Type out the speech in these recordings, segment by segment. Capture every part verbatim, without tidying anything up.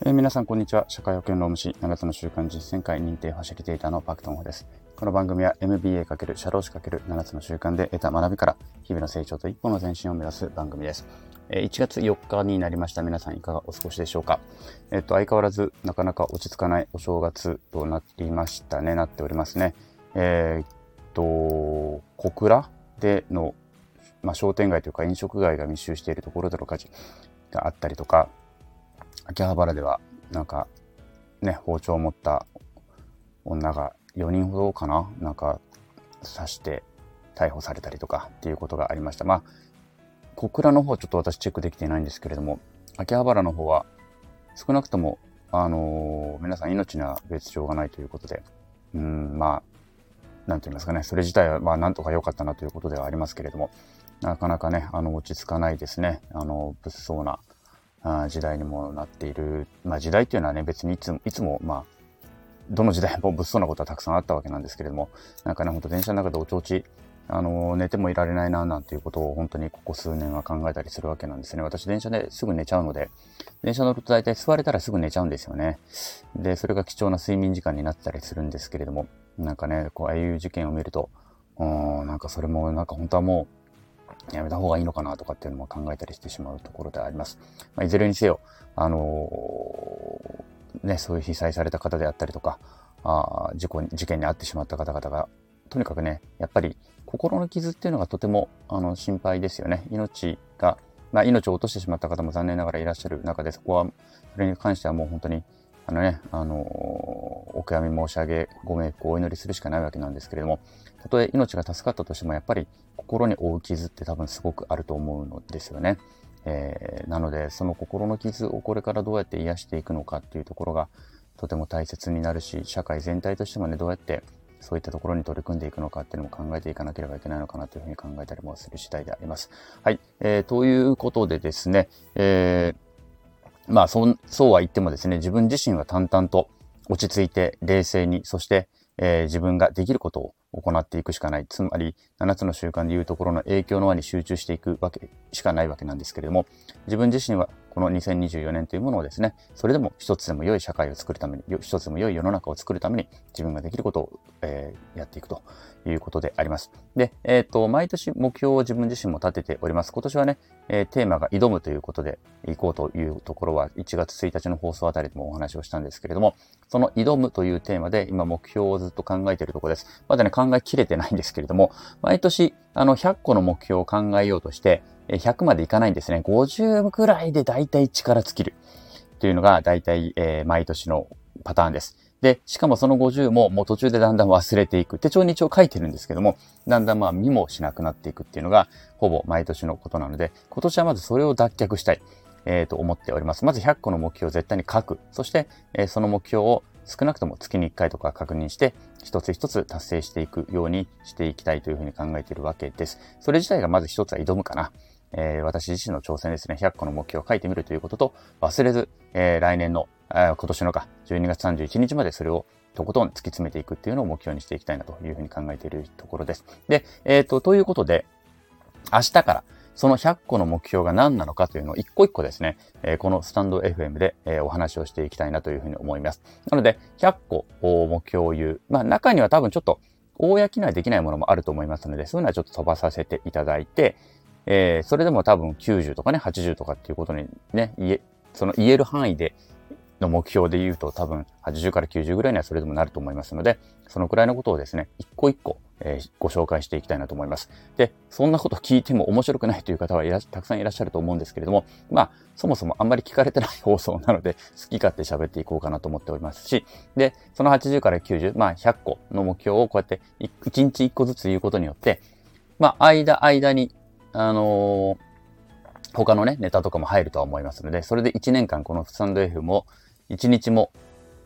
えー皆さんこんにちは。社会保険労務士ななつの習慣実践会認定ファシリテーターのパクトンホです。この番組は エムビーエー× 社労士×ななつの習慣で得た学びから日々の成長と一歩の前進を目指す番組です。えーいちがつよっかになりました。皆さんいかがお過ごしでしょうか。えっと相変わらずなかなか落ち着かないお正月となりましたね。なっておりますね。えーっと小倉での、まあ、商店街というか飲食街が密集しているところでの火事があったりとか、秋葉原ではなんかね包丁を持った女がよにんほどかななんか刺して逮捕されたりとかっていうことがありました。まあ小倉の方ちょっと私チェックできていないんですけれども、秋葉原の方は少なくともあのー皆さん命には別状がないということで、うーんまあなんて言いますかね、それ自体はまあなんとか良かったなということではありますけれども、なかなかねあの落ち着かないですね。あの物騒な時代にもなっている。まあ時代っていうのはね別にいつもいつもまあどの時代も物騒なことはたくさんあったわけなんですけれども、なんかねほんと電車の中でおちょうちあの寝てもいられないななんていうことを本当にここ数年は考えたりするわけなんですね。私電車ですぐ寝ちゃうので、電車乗ると大体座れたらすぐ寝ちゃうんですよね。でそれが貴重な睡眠時間になったりするんですけれども、なんかねこうああいう事件を見ると、なんかそれもなんか本当はもうやめた方がいいのかなとかっていうのも考えたりしてしまうところであります。まあ、いずれにせよ、あのー、ね、そういう被災された方であったりとか、あ事故に、事件に遭ってしまった方々が、とにかくね、やっぱり心の傷っていうのがとてもあの心配ですよね。命が、まあ、命を落としてしまった方も残念ながらいらっしゃる中で、そこは、それに関してはもう本当に、あのね、あのー、お悔やみ申し上げ、ご冥福をお祈りするしかないわけなんですけれども、たとえ命が助かったとしても、やっぱり心に負う傷って多分すごくあると思うのですよね。えー、なので、その心の傷をこれからどうやって癒していくのかっていうところがとても大切になるし、社会全体としてもね、どうやってそういったところに取り組んでいくのかっていうのも考えていかなければいけないのかなというふうに考えたりもする次第であります。はい。えー、ということでですね、えーまあそう、そうは言ってもですね、自分自身は淡々と落ち着いて冷静に、そして、えー自分ができることを行っていくしかない。つまり、ななつの習慣でいうところの影響の輪に集中していくわけしかないわけなんですけれども、自分自身はこのにせんにじゅうよねんというものをですね、それでも一つでも良い社会を作るために、一つでも良い世の中を作るために、自分ができることを、えーやっていくということであります。で、えっと、毎年目標を自分自身も立てております。今年はね、えーテーマが挑むということでいこうというところはいちがつついたちの放送あたりでもお話をしたんですけれども、その挑むというテーマで今目標をずっと考えているところです。まだね、考えきれてないんですけれども、毎年あのひゃっこの目標を考えようとして、ひゃくまでいかないんですね。ごじゅうくらいでだいたい力尽きるというのがだいたい、えー毎年のパターンです。で、しかもそのごじゅうももう途中でだんだん忘れていく。手帳に一応書いてるんですけども、だんだんまあ見もしなくなっていくっていうのがほぼ毎年のことなので、今年はまずそれを脱却したい、えーと思っております。まずひゃっこの目標を絶対に書く。そして、えーその目標を少なくとも月にいっかいとか確認して、一つ一つ達成していくようにしていきたいというふうに考えているわけです。それ自体がまず一つは挑むかな。えー私自身の挑戦ですね。ひゃっこの目標を書いてみるということと、忘れず、えー来年の、あー今年のか、じゅうにがつさんじゅういちにちまでそれをとことん突き詰めていくっていうのを目標にしていきたいなというふうに考えているところです。で、えっと、ということで、明日からそのひゃっこの目標が何なのかというのを一個一個ですね、えーこのスタンド エフエム で、えーお話をしていきたいなというふうに思います。なので、ひゃっこ目標を言う。まあ中には多分ちょっと公にはできないものもあると思いますので、そういうのはちょっと飛ばさせていただいて、えーそれでも多分きゅうじゅうとかね、はちじゅうとかっていうことにね、言え、その言える範囲での目標で言うと多分はちじゅうからきゅうじゅうぐらいにはそれでもなると思いますので、そのくらいのことをですね、一個一個、えーご紹介していきたいなと思います。で、そんなこと聞いても面白くないという方はいらたくさんいらっしゃると思うんですけれども、まあ、そもそもあんまり聞かれてない放送なので、好き勝手喋っていこうかなと思っておりますし、で、そのはちじゅうからきゅうじゅう、まあひゃっこの目標をこうやっていちにちいっこずつ言うことによって、まあ、間間に、あのー他のね、ネタとかも入るとは思いますので、それでいちねんかんこのスタンド エフエム をいちにちも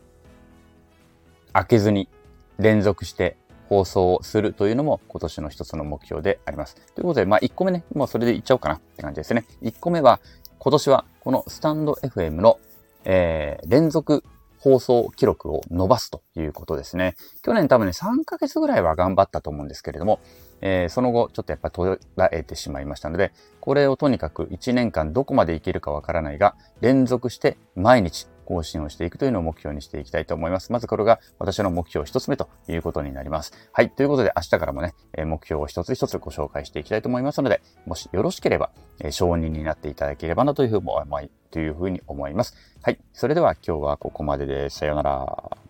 開けずに連続して放送をするというのも今年の一つの目標であります。ということで、まあいっこめね、もうそれでいっちゃおうかなって感じですね。いっこめは、今年はこのスタンド エフエム の、えー、連続放送記録を伸ばすということですね。去年多分ね、さんかげつぐらいは頑張ったと思うんですけれども、えーその後、ちょっとやっぱ途絶えてしまいましたので、これをとにかくいちねんかんどこまでいけるかわからないが、連続して毎日更新をしていくというのを目標にしていきたいと思います。まずこれが私の目標一つ目ということになります。はい。ということで明日からもね、目標を一つ一つご紹介していきたいと思いますので、もしよろしければ、承認になっていただければなというふうに思い、というふうに思います。はい。それでは今日はここまでです。さようなら。